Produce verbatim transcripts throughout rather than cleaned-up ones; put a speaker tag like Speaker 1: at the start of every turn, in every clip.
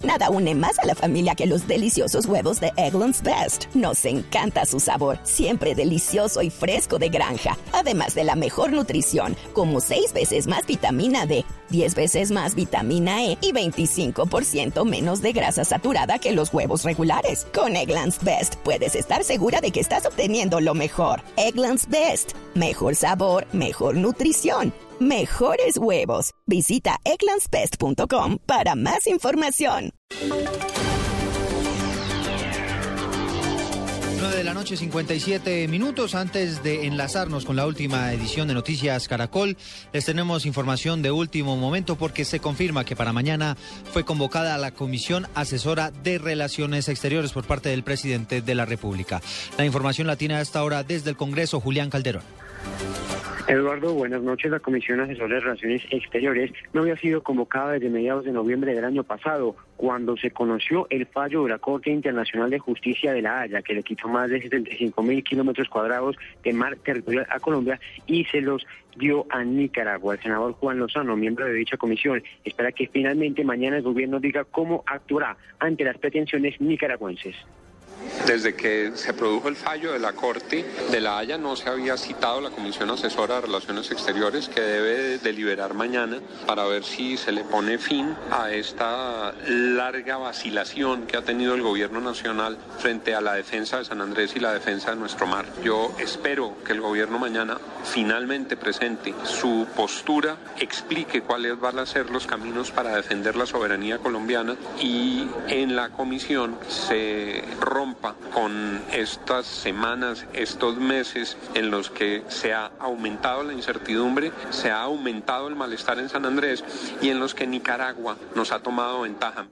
Speaker 1: Nada une más a la familia que los deliciosos huevos de Eggland's Best. Nos encanta su sabor, siempre delicioso y fresco de granja. Además de la mejor nutrición, como seis veces más vitamina D, diez veces más vitamina E y veinticinco por ciento menos de grasa saturada que los huevos regulares. Con Eggland's Best puedes estar segura de que estás obteniendo lo mejor. Eggland's Best. Mejor sabor, mejor nutrición, mejores huevos. Visita egglands best punto com para más información.
Speaker 2: nueve de la noche, cincuenta y siete minutos. Antes de enlazarnos con la última edición de Noticias Caracol, les tenemos información de último momento porque se confirma que para mañana fue convocada a la Comisión Asesora de Relaciones Exteriores por parte del presidente de la República. La información la tiene a esta hora desde el Congreso Julián Calderón.
Speaker 3: Eduardo, buenas noches. La Comisión Asesora de Relaciones Exteriores no había sido convocada desde mediados de noviembre del año pasado, cuando se conoció el fallo de la Corte Internacional de Justicia de La Haya, que le quitó más de setenta y cinco mil kilómetros cuadrados de mar territorial a Colombia y se los dio a Nicaragua. El senador Juan Lozano, miembro de dicha comisión, espera que finalmente mañana el gobierno diga cómo actuará ante las pretensiones nicaragüenses.
Speaker 4: Desde que se produjo el fallo de la Corte de La Haya no se había citado la Comisión Asesora de Relaciones Exteriores, que debe deliberar mañana para ver si se le pone fin a esta larga vacilación que ha tenido el gobierno nacional frente a la defensa de San Andrés y la defensa de nuestro mar. Yo espero que el gobierno mañana finalmente presente su postura, explique cuáles van a ser los caminos para defender la soberanía colombiana y en la comisión se rompa con estas semanas, estos meses en los que se ha aumentado la incertidumbre, se ha aumentado el malestar en San Andrés y en los que Nicaragua nos ha tomado ventaja.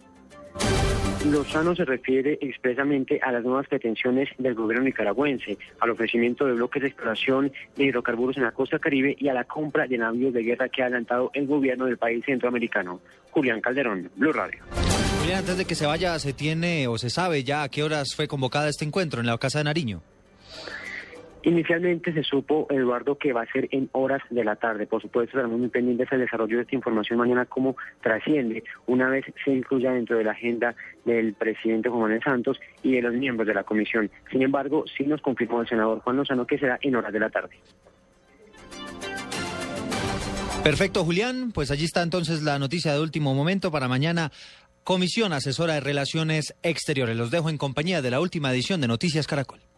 Speaker 3: Lozano se refiere expresamente a las nuevas pretensiones del gobierno nicaragüense, al ofrecimiento de bloques de exploración de hidrocarburos en la costa caribe y a la compra de navíos de guerra que ha adelantado el gobierno del país centroamericano. Julián Calderón, Blue Radio.
Speaker 2: Julián, antes de que se vaya, ¿se tiene o se sabe ya a qué horas fue convocada este encuentro en la Casa de Nariño?
Speaker 3: Inicialmente se supo, Eduardo, que va a ser en horas de la tarde. Por supuesto, estaremos muy pendientes del desarrollo de esta información mañana, cómo trasciende, una vez se incluya dentro de la agenda del presidente Juan Manuel Santos y de los miembros de la comisión. Sin embargo, sí nos confirmó el senador Juan Lozano que será en horas de la tarde.
Speaker 2: Perfecto, Julián. Pues allí está entonces la noticia de último momento para mañana. Comisión Asesora de Relaciones Exteriores. Los dejo en compañía de la última edición de Noticias Caracol.